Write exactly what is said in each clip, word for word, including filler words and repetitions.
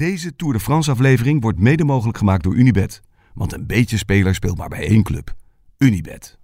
Deze Tour de France aflevering wordt mede mogelijk gemaakt door Unibet. Want een beetje speler speelt maar bij één club. Unibet.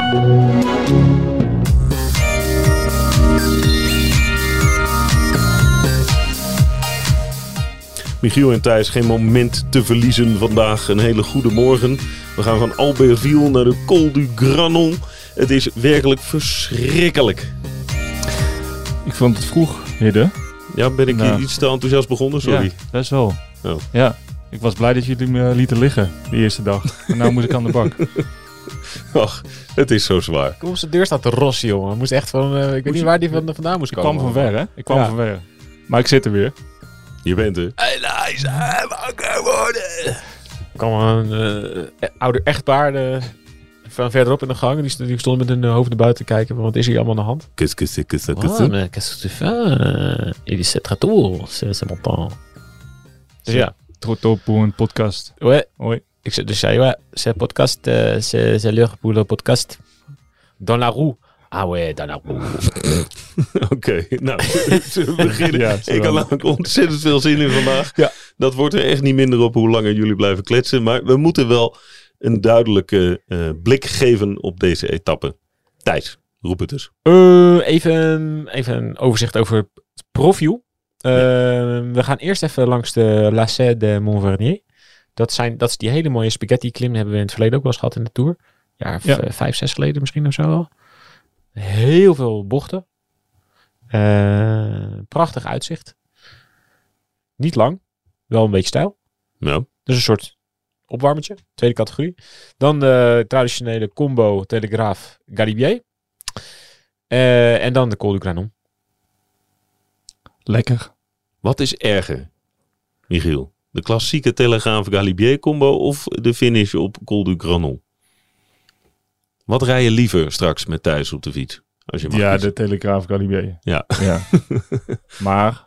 Michiel en Thijs, geen moment te verliezen vandaag. Een hele goede morgen. We gaan van Albertville naar de Col du Granon. Het is werkelijk verschrikkelijk. Ik vond het vroeg, Hidde. Ja, ben ik nou. iets te enthousiast begonnen? Sorry. Ja, best wel. Oh. Ja, ik was blij dat jullie me lieten liggen de eerste dag. En nou moet ik aan de bak. Ach, het is zo zwaar. Kom op zijn deur staat de Rossi, jongen. Moest echt van, uh, ik weet niet waar die van, vandaan moest Ik komen. kwam van ver, hè? Ik kwam Ja. van ver. Maar ik zit er weer. Je bent er. Eliza, wakker worden. Er kwam een uh, ouder echtpaar uh, van verderop in de gang. Die, st- die stonden met hun uh, hoofd naar buiten te kijken. Van, wat is hier allemaal aan de hand? Kus, kus, kus, kus, kus. Oh, mais qu'est-ce que tu fais? Il est très tôt. C'est c'est mon temps. Dus ja. Trotto pour een podcast. Ouais. Hoi. Ik zei, dus zei, ouais, c'est un podcast. Uh, c'est, c'est l'heure pour le podcast. Dans la roue. Ah ouais, dans la roue. Oké, okay, nou, zullen we beginnen? Ja, ik had namelijk ontzettend veel zin in vandaag. Ja. Dat wordt er echt niet minder op hoe langer jullie blijven kletsen. Maar we moeten wel een duidelijke uh, blik geven op deze etappe. Thijs, roep het eens. Uh, even, even een overzicht over het profiel. Uh, we gaan eerst even langs de Lacet de Montvernier. Dat, zijn, dat is die hele mooie spaghetti klim. Die hebben we in het verleden ook wel eens gehad in de Tour. Ja, v- Ja. vijf, zes geleden misschien of zo wel. Heel veel bochten. Uh, prachtig uitzicht. Niet lang. Wel een beetje stijl. Nou, Dus een soort opwarmertje. Tweede categorie. Dan de traditionele combo Telegraaf Galibier. Uh, en dan de Col du Granon. Lekker. wat is erger, Michiel? De klassieke Telegraaf Galibier combo of de finish op Col du Granon? Wat rij je liever straks met Thijs op de fiets? Als je mag Ja, kiezen. de Telegraaf Galibier. Ja. ja. Maar...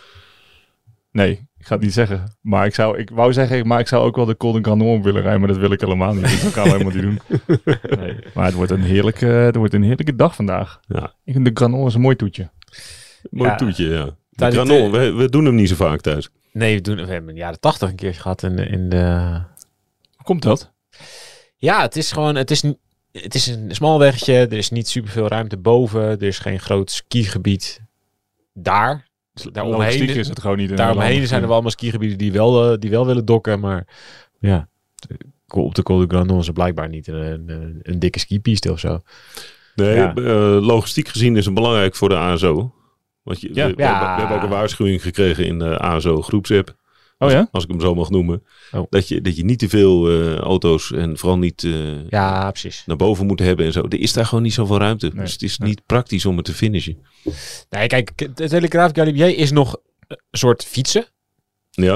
Nee, ik ga het niet zeggen. Maar ik zou, ik wou zeggen, maar ik zou ook wel de Col du Granon willen rijden, maar dat wil ik helemaal niet. Dus dat gaan we helemaal niet doen. Nee. Maar het wordt een heerlijke, het wordt een heerlijke dag vandaag. Ja. Ik vind de Granon is een mooi toetje. Mooi Ja. toetje, ja. De Daar Granon, dit, we, we doen hem niet zo vaak thuis. Nee, we, doen, we hebben in de jaren tachtig een keer gehad in de, in de... Hoe komt dat? Ja, het is gewoon... Het is, niet- het is een smal weggetje. Er is niet superveel ruimte boven. Er is geen groot skigebied daar. Daaromheen, Logistiek is het gewoon niet. in daaromheen Nederland. zijn er wel allemaal skigebieden die wel, uh, die wel willen dokken. Maar ja, op de Col du Granon is er blijkbaar niet een, een, een dikke skipiste of zo. Nee, Ja. uh, logistiek gezien is het belangrijk voor de A S O. Want je, Ja. we, we Ja. hebben, we hebben ook een waarschuwing gekregen in de A S O groepsapp. Oh ja? Als ik hem zo mag noemen. Oh. Dat, je, dat je niet te veel uh, auto's en vooral niet uh, Ja, precies. naar boven moet hebben en zo. Er is daar gewoon niet zoveel ruimte. Nee. Dus het is Nee. niet praktisch om het te finishen. Nee, kijk, de Telegraaf Galibier is nog een soort fietsen. Ja.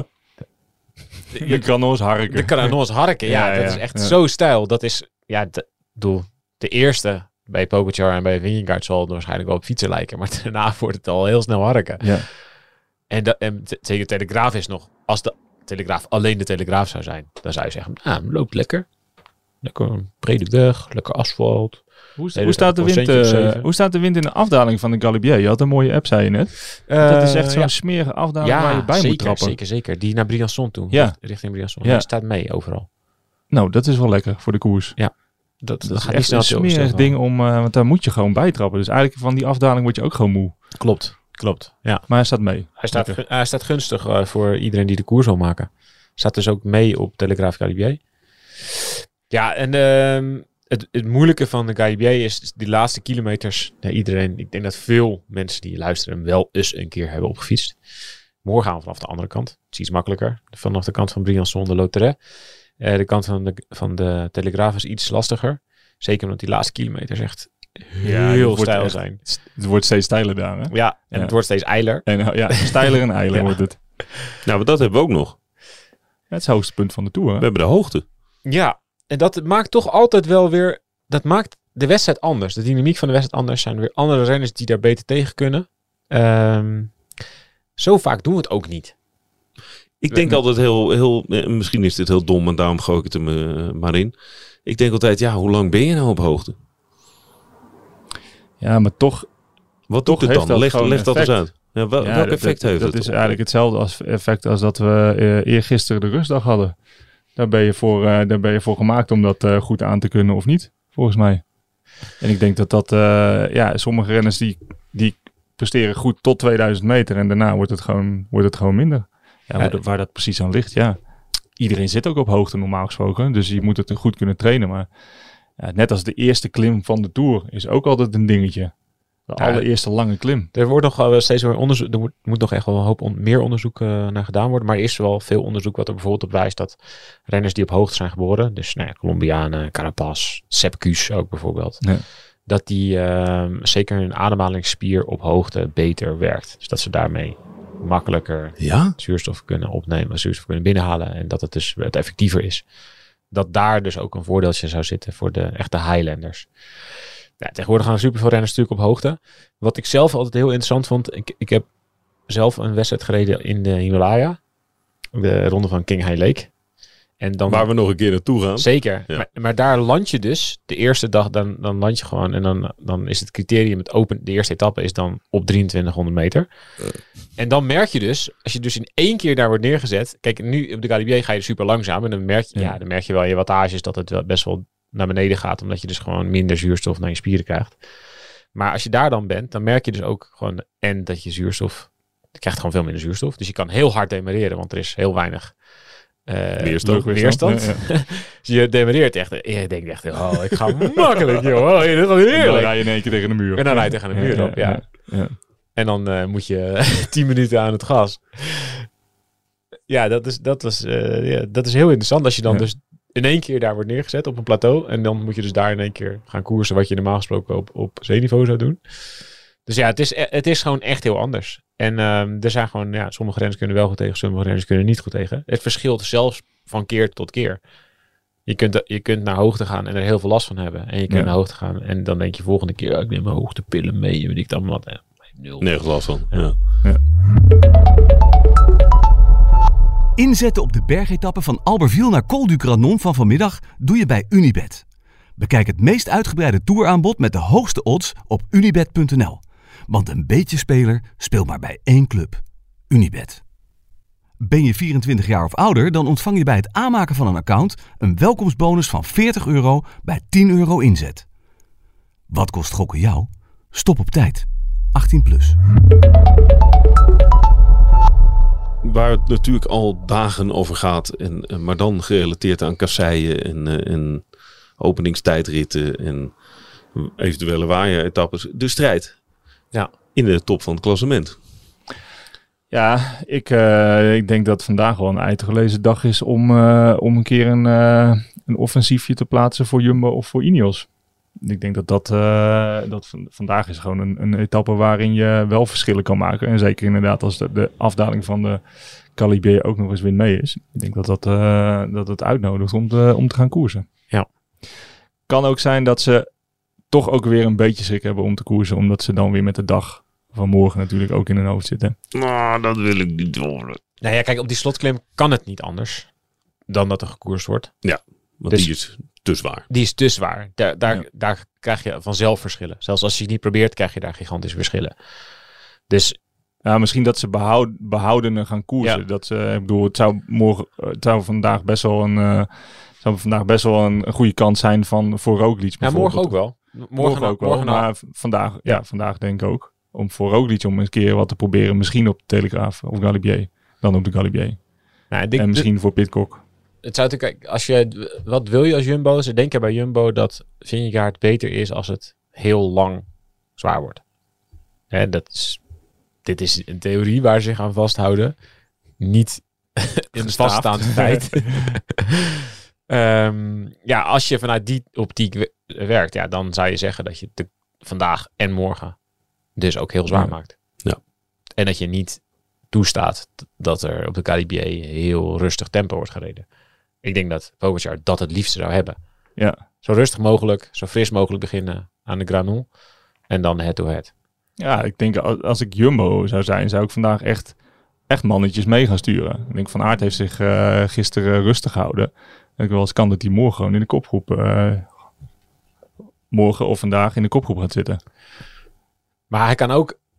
De Granon is harken. De Granon is harken, ja. Ja, dat ja, is echt ja. zo stijl. Dat is, ja, de, bedoel, de eerste bij Pogacar en bij Vingegaard zal het waarschijnlijk wel op fietsen lijken. Maar daarna wordt het al heel snel harken. Ja. En, de, en te- tegen de Telegraaf is nog, als de Telegraaf alleen de Telegraaf zou zijn, dan zou je zeggen, nou, loopt lekker. Lekker een brede weg, lekker asfalt. Hoe, Nee, hoe, staat de dat wind, procentje op eh, zeven. hoe staat de wind in de afdaling van de Galibier? Je had een mooie app, zei je net. dat is echt zo'n ja. smerige afdaling Ja, waar je bij zeker, moet trappen. zeker, zeker. Die naar Briançon toe. Ja. Richt- Richting Briançon. Ja. Hij staat mee overal. Nou, dat is wel lekker voor de koers. Dat, Dat, dat is gaat niet echt snel een smerig stilstaan. ding om, uh, want daar moet je gewoon bij trappen. Dus eigenlijk van die afdaling word je ook gewoon moe. Klopt, klopt. Ja. Maar hij staat mee. Hij staat, Lekker. gu- hij staat gunstig uh, voor iedereen die de koers wil maken. Staat dus ook mee op Telegraaf Galibier. Ja, en uh, het, het moeilijke van de Galibier is die laatste kilometers. Ja, iedereen, ik denk dat veel mensen die luisteren hem wel eens een keer hebben opgefietst. Morgen gaan we vanaf de andere kant. Het is iets makkelijker. Vanaf de kant van Briançon de Loteret. Uh, de kant van de, van de Telegraaf is iets lastiger. Zeker omdat die laatste kilometers echt Ja, heel dat wordt stijl echt- zijn. Het wordt steeds steiler daar, hè? Ja, en Ja. het wordt steeds eiler. En, uh, ja, steiler en eiler Ja. wordt het. Nou, maar dat hebben we ook nog. Het is het hoogste punt van de Tour. We Hè? hebben de hoogte. Ja, en dat maakt toch altijd wel weer... Dat maakt de wedstrijd anders. De dynamiek van de wedstrijd anders. Zijn er weer andere renners die daar beter tegen kunnen. Um, zo vaak doen we het ook niet. Ik denk altijd heel, heel, eh, misschien is dit heel dom en daarom gooi ik het er uh, maar in. Ik denk altijd, ja, hoe lang ben je nou op hoogte? Ja, maar toch... Wat Toch doet het heeft dan? dat Leg, gewoon leg dat eens effect. uit. Ja, wel, Ja, welk dat- effect dat, heeft dat het? is eigenlijk hetzelfde als effect als dat we uh, eergisteren de rustdag hadden. Daar ben je voor, uh, daar ben je voor gemaakt om dat uh, goed aan te kunnen of niet, volgens mij. En ik denk dat dat, uh, ja, sommige renners die, die presteren goed tot tweeduizend meter en daarna wordt het gewoon, wordt het gewoon minder. Ja, waar, dat, waar dat precies aan ligt, ja. Iedereen zit ook op hoogte normaal gesproken, dus je moet het goed kunnen trainen. Maar ja, net als de eerste klim van de Tour is ook altijd een dingetje. De Ja, allereerste lange klim. Er wordt nog uh, steeds meer onderzoek. Er moet, moet nog echt wel een hoop on, meer onderzoek uh, naar gedaan worden. Maar er is wel veel onderzoek wat er bijvoorbeeld op wijst dat renners die op hoogte zijn geboren, dus nou ja, Colombianen, Carapaz, Sepp Kuss ook bijvoorbeeld, Ja. dat die uh, zeker hun ademhalingsspier op hoogte beter werkt. Dus dat ze daarmee makkelijker Ja? zuurstof kunnen opnemen, zuurstof kunnen binnenhalen en dat het dus het effectiever is. Dat daar dus ook een voordeeltje zou zitten voor de echte Highlanders. Ja, tegenwoordig gaan super veel renners natuurlijk op hoogte. Wat ik zelf altijd heel interessant vond, ik, ik heb zelf een wedstrijd gereden in de Himalaya, de ronde van King High Lake. En dan, Waar we nog een keer naartoe gaan. zeker, Ja. maar, maar daar land je dus de eerste dag, dan, dan land je gewoon en dan, dan is het criterium het open, de eerste etappe is dan op drieëntwintighonderd meter. En dan merk je dus, als je dus in één keer daar wordt neergezet, kijk, nu op de Galibier ga je super langzaam en dan merk je, ja. Ja. dan merk je wel in je wattages dat het wel best wel naar beneden gaat, omdat je dus gewoon minder zuurstof naar je spieren krijgt. Maar als je daar dan bent, dan merk je dus ook gewoon en dat je zuurstof, je krijgt gewoon veel minder zuurstof, dus je kan heel hard demereren, want er is heel weinig uh, Weerstand. weerstand. Ja, ja. Dus je demereert echt. Je denkt echt, oh, ik ga makkelijk, joh. Oh, dit gaat En dan heerlijk. rij je in één keer tegen de muur. En dan rijd je tegen de muur op, ja. ja. En dan uh, moet je tien minuten aan het gas. Ja, dat is, dat, was, uh, ja, dat is heel interessant. Als je dan Ja. dus in één keer daar wordt neergezet op een plateau. En dan moet je dus daar in één keer gaan koersen wat je normaal gesproken op, op zeeniveau zou doen. Dus ja, het is, het is gewoon echt heel anders. En um, er zijn gewoon, ja, sommige renners kunnen wel goed tegen, sommige renners kunnen niet goed tegen. Het verschilt zelfs van keer tot keer. Je kunt, je kunt naar hoogte gaan en er heel veel last van hebben. En je kunt Ja. naar hoogte gaan en dan denk je volgende keer, ja, ik neem mijn hoogtepillen mee. En weet ik dan wat. Eh, nul. Nergens last van. Ja. Ja. Inzetten op de bergetappe van Albertville naar Col du Granon van vanmiddag doe je bij Unibet. Bekijk het meest uitgebreide touraanbod met de hoogste odds op unibet punt n l. Want een beetje speler speelt maar bij één club. Unibet. Ben je vierentwintig jaar of ouder, dan ontvang je bij het aanmaken van een account een welkomstbonus van veertig euro bij tien euro inzet. Wat kost gokken jou? Stop op tijd. achttien plus. Waar het natuurlijk al dagen over gaat, en, en, maar dan gerelateerd aan kasseien en, uh, en openingstijdritten en eventuele waaieretappes. De strijd Ja. in de top van het klassement. Ja, ik, uh, ik denk dat vandaag wel een uitgelezen dag is om, uh, om een keer een, uh, een offensiefje te plaatsen voor Jumbo of voor Ineos. Ik denk dat dat, uh, dat v- vandaag is gewoon een, een etappe waarin je wel verschillen kan maken. En zeker inderdaad als de, de afdaling van de Galibier ook nog eens weer mee is. Ik denk dat dat, uh, dat het uitnodigt om te, om te gaan koersen. Ja. Kan ook zijn dat ze toch ook weer een beetje schrik hebben om te koersen. Omdat ze dan weer met de dag van morgen natuurlijk ook in hun hoofd zitten. Nou, dat wil ik niet horen. Nou ja, kijk, op die slotklim kan het niet anders dan dat er gekoerst wordt. Want Dus- die is te zwaar. Die is te zwaar. Daar, daar, Ja. daar krijg je vanzelf verschillen. Zelfs als je het niet probeert, krijg je daar gigantische verschillen. Dus Ja, misschien dat ze behoud, behoudener gaan koersen. Ja. Dat ze, ik bedoel, het zou morgen, het zou vandaag best wel een, uh, zou vandaag best wel een, een goede kans zijn van voor Roglic. ja, morgen ook wel. Morgen, Morgen ook wel. morgen Maar v- vandaag, ja. Ja. vandaag denk ik ook. Om voor Roglic om een keer wat te proberen. Misschien op de Telegraaf of Galibier. Dan op de Galibier. Nou, ik denk, En misschien voor Pidcock. het zou natuurlijk, als je, wat wil je als Jumbo? Ze denken bij Jumbo dat Vingegaard beter is als het heel lang zwaar wordt. Hè, dat is, dit is een theorie waar ze zich aan vasthouden. Niet een Gestaafd. vaststaand feit. Ehm, ja, als je vanuit die optiek we- werkt, ja, dan zou je zeggen dat je de, vandaag en morgen dus ook heel zwaar Ja. maakt. Ja. En dat je niet toestaat t- dat er op de Galibier heel rustig tempo wordt gereden. Ik denk dat Pogacar dat het liefste zou hebben. Ja. Zo rustig mogelijk, zo fris mogelijk beginnen aan de Granon. En dan head-to-head. Ja, ik denk als, als ik Jumbo zou zijn, zou ik vandaag echt, echt mannetjes mee gaan sturen. Ik denk Van Aert heeft zich uh, gisteren rustig gehouden. Ik wel eens kan dat hij morgen gewoon in de kopgroep, uh, morgen of vandaag in de kopgroep gaat zitten. Maar hij kan ook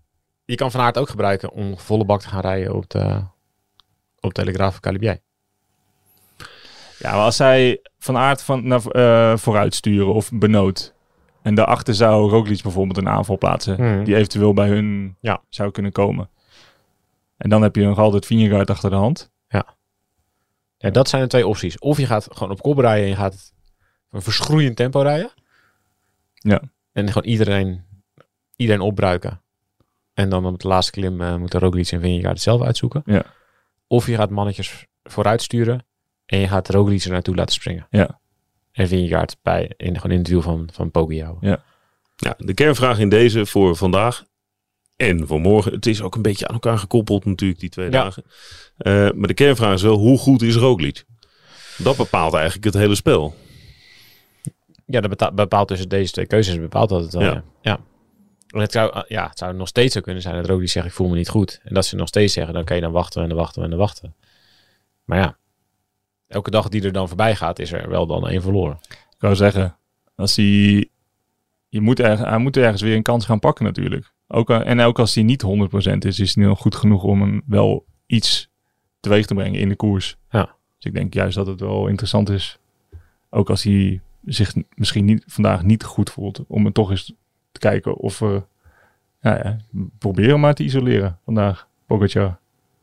je kan Van Aert ook gebruiken om volle bak te gaan rijden op de, op Telegraaf Galibier. Ja, maar als zij Van Aert van, naar, uh, vooruit sturen of Benoot. En daarachter zou Roglic bijvoorbeeld een aanval plaatsen. Hmm. Die eventueel bij hun Ja. zou kunnen komen. En dan heb je nog altijd Vingegaard achter de hand. Ja, dat zijn de twee opties. Of je gaat gewoon op kop rijden en je gaat een verschroeiend tempo rijden. Ja. En gewoon iedereen, iedereen opbruiken. En dan op de laatste klim uh, moeten Roglic en Vingegaard het zelf uitzoeken. Ja. Of je gaat mannetjes vooruit sturen en je gaat Roglic er naartoe laten springen. Ja. En Vingegaard bij, in, gewoon in het wiel van, van Poggi houden. Ja. Ja, de kernvraag in deze voor vandaag en voor morgen. Het is ook een beetje aan elkaar gekoppeld natuurlijk, die twee Ja. dagen. Uh, maar de kernvraag is wel, hoe goed is Roglic? Dat bepaalt eigenlijk het hele spel. Ja, dat beta- bepaalt tussen deze twee keuzes, bepaalt dat het wel. Ja. Ja. Ja. En het, zou, uh, ja, het zou nog steeds zo kunnen zijn dat Roglic zegt, ik voel me niet goed. En dat ze nog steeds zeggen, oké, dan wachten we en dan wachten we en dan wachten we. Maar ja, elke dag die er dan voorbij gaat, is er wel dan één verloren. Ik wou zeggen, als hij, je moet er, hij moet ergens weer een kans gaan pakken natuurlijk. Ook, al- en ook als hij niet honderd procent is, is hij nog goed genoeg om hem wel iets teweeg te brengen in de koers. Ja. Dus ik denk juist dat het wel interessant is. Ook als hij zich misschien niet, vandaag niet goed voelt, om het toch eens te kijken of we ja, ja, proberen maar te isoleren vandaag, Pogacar.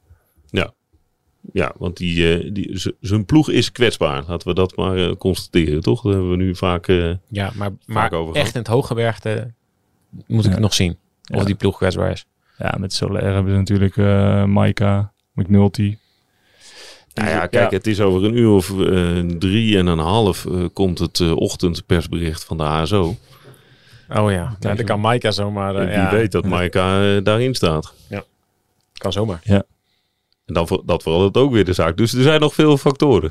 Ja, want die, uh, die, z- zijn ploeg is kwetsbaar. Laten we dat maar uh, constateren, toch? Dat hebben we nu vaak... Uh, Ja, maar, maar over gehad. echt in het hooggebergte moet ik Ja. het nog zien. Of Ja. die ploeg kwetsbaar is. Ja, met Soler hebben ze natuurlijk uh, Maika, McNulty. nou ja, kijk, het is over een uur of uh, drie en een half uh, komt het uh, ochtendpersbericht van de A S O. Oh ja, ja dan kan Maika zomaar... Uh, En wie ja, weet dat Maika uh, daarin staat. kan zomaar. En dan, ver- dat verandert ook weer de zaak. Dus er zijn nog veel factoren.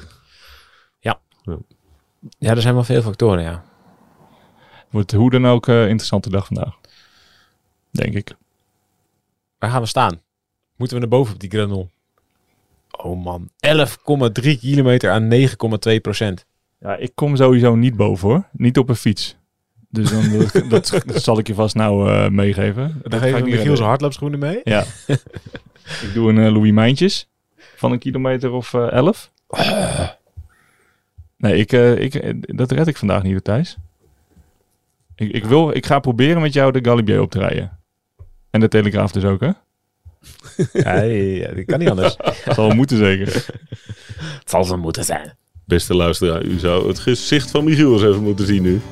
Ja, er zijn wel veel factoren, ja. Wordt hoe dan ook een uh, interessante dag vandaag. Denk ik. Waar gaan we staan? Moeten we naar boven op die Granon? Oh man, elf komma drie kilometer aan negen komma twee procent. Ja, ik kom sowieso niet boven hoor. Niet op een fiets. Dus dan, dat, dat, dat zal ik je vast nou uh, meegeven. Dan Dat geven ga we ik niet Michiel zijn redden. hardloopschoenen mee. Ja. Ik doe een uh, Louis Mijntjes van een kilometer of uh, elf. Nee, ik, uh, ik, uh, dat red ik vandaag niet, Thijs. Ik, ik, wil, ik ga proberen met jou de Galibier op te rijden. En de Telegraaf dus ook, hè? Ja, ja, dat kan niet anders. Dat zal wel moeten zeker. Het zal zo moeten zijn. Beste luisteraar, u zou het gezicht van Michiel eens even moeten zien nu.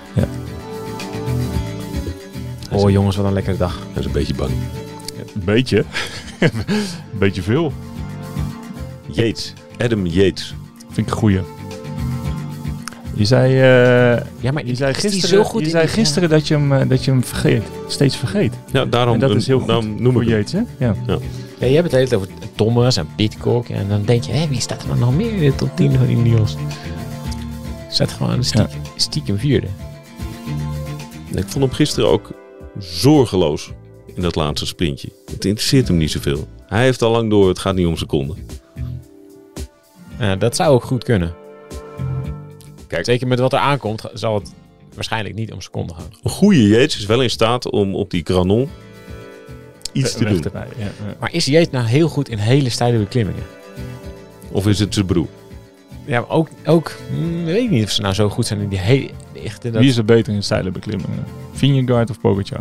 Oh jongens, wat een lekkere dag. Hij is een beetje bang. Een beetje. Een beetje veel. Yates. Adam Yates. Vind ik een goeie. Je zei, uh, Ja, maar je zei is die gisteren, zo goed je in zei die- gisteren dat, je hem, uh, dat je hem vergeet. Steeds vergeet. Ja, daarom, En dat is heel goed daarom noem voor ik het. Yates, hè? Ja. Ja, je hebt het hele tijd over Thomas en Pidcock. En dan denk je, hé, wie staat er nou nog meer in de top tien van Ineos? Zet gewoon stiekem, stiekem vierde. Ik vond hem gisteren ook zorgeloos in dat laatste sprintje. Het interesseert hem niet zoveel. Hij heeft al lang door, het gaat niet om seconden. Uh, dat zou ook goed kunnen. Kijk. Zeker met wat er aankomt, zal het waarschijnlijk niet om seconden gaan. Een goede Yates is wel in staat om op die Granon iets te Weg doen. te rijden, ja, ja. Maar is Yates nou heel goed in hele steile beklimmingen? Of is het zijn broer? Ja, maar ook, ook mm, weet ik niet of ze nou zo goed zijn in die hele... Echt in dat... Wie is er beter in steile beklimmingen? Vingegaard of Pogacar?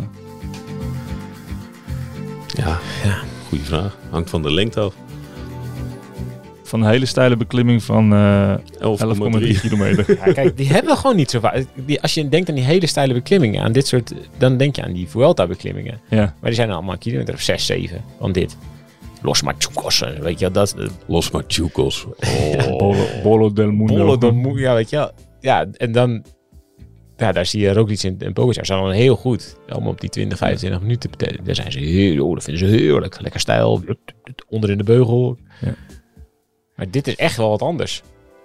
Ja, Ja. goede vraag. Hangt van de lengte af. Van een hele steile beklimming van uh, elf komma drie kilometer. Ja, kijk, die hebben gewoon niet zo vaak. Die, als je denkt aan die hele steile beklimmingen, aan dit soort, dan denk je aan die Vuelta-beklimmingen. Ja. Maar die zijn allemaal een kilometer of zes, zeven van dit. Los Machucos, weet je wel, dat... Los Machucos. Oh. Bolo, Bolo del Mundo. Bollen, dan moet, ja, weet je wel. Ja, en dan... Ja, daar zie je Roglic en, en Pogacar zijn dan heel goed. Allemaal op die twintig, vijfentwintig minuten. Daar zijn ze heel... Oh, dat vinden ze heerlijk. Lekker stijl. Onder in de beugel. Ja. Maar dit is echt wel wat anders.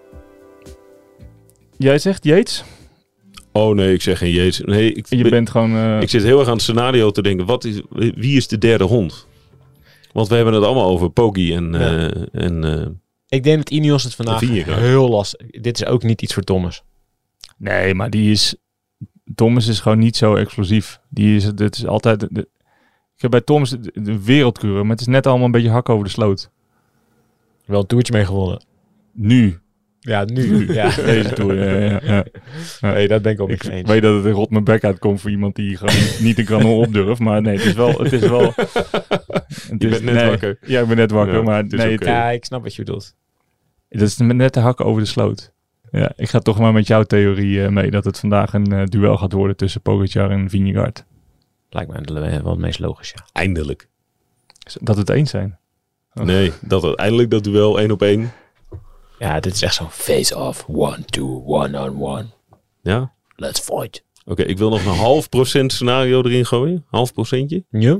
Jij zegt Yates? Oh nee, ik zeg geen Yates. Nee, ik, Je ben- bent gewoon... Uh, ik zit heel erg aan het scenario te denken. Wat is, wie is de derde hond? Want we hebben het allemaal over Poggi en... Ja. eh, en eh, Ik denk dat Ineos het vandaag Dat vind je, heel lastig... Dit is ook niet iets voor Thomas. nee, maar die is... Thomas is gewoon niet zo explosief. Die is, dit is altijd... De, Ik heb bij Toms de, de wereldcoureur, maar het is net allemaal een beetje hak over de sloot. Wel een toertje mee gewonnen. Nu. Ja, nu. Ja. Deze tour. Ja, ja, ja. Ja. Nee, dat ben ik ook Ik niet eens. weet dat het een rot mijn bek uitkomt voor iemand die gewoon niet een granon opdurft. Maar nee, het is wel... Het is wel het Je is, bent net nee, wakker. Ja, ik ben net wakker. Ja, maar het is nee, oké. het, Ja, ik snap wat je bedoelt. dat is net de hak over de sloot. Ja, ik ga toch maar met jouw theorie uh, mee dat het vandaag een uh, duel gaat worden tussen Pogacar en Vingegaard. Lijkt mij wel het meest logisch, ja. Eindelijk. Dat we het eens zijn. Oh. Nee, dat uiteindelijk dat duel één op één. Ja, dit is echt zo'n face-off. One, two, one-on-one. Ja? Let's fight. Oké, okay, ik wil nog een half procent scenario erin gooien. Half procentje. Ja?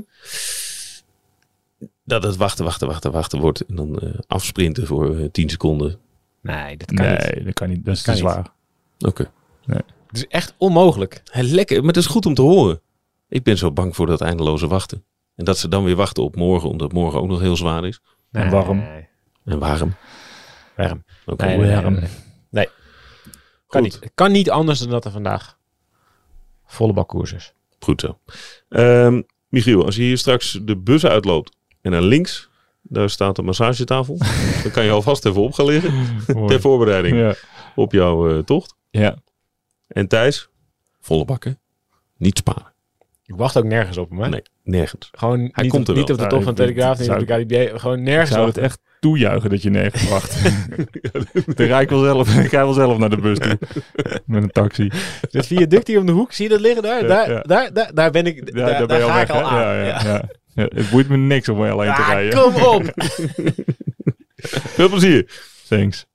Dat het wachten, wachten, wachten, wachten wordt. En dan uh, afsprinten voor uh, tien seconden. Nee, dat kan nee, niet. dat kan niet. Dat is Kan te niet. zwaar. Oké. Okay. Nee. Het is echt onmogelijk. Hey, lekker, maar het is goed om te horen. Ik ben zo bang voor dat eindeloze wachten. En dat ze dan weer wachten op morgen, omdat morgen ook nog heel zwaar is. En warm. Nee. En warm. Warm. Oké. Nee, nee, nee, nee, nee. Nee. Kan Goed. niet. Het kan niet anders dan dat er vandaag volle bak koers is. Goed zo. Um, Michiel, als je hier straks de bus uitloopt en naar links, daar staat een massagetafel. Dan kan je alvast even op gaan liggen. Ter voorbereiding Ja. op jouw uh, tocht. Ja. En Thijs, volle bakken. Niet sparen. Ik wacht ook nergens op hem, hè? Nee, nergens. Gewoon Hij niet, komt op, er niet wel. op de Ja, top ik van vind- Telegraaf, niet op zou de K D B. Gewoon Ik nergens zou het wachten. echt toejuichen dat je nergens wacht. Dan ga ik wel zelf, ik ga wel zelf naar de bus toe. Met een taxi. Dit viaduct hier om de hoek, zie je dat liggen daar? Ja, Daar, ja. daar, daar, daar ben ik, Ja, daar, daar ben je daar al ga weg, ik al hè? aan. Ja, ja, Ja. ja. Ja, het boeit me niks om er alleen te Ah, rijden. kom op! Veel plezier. Thanks.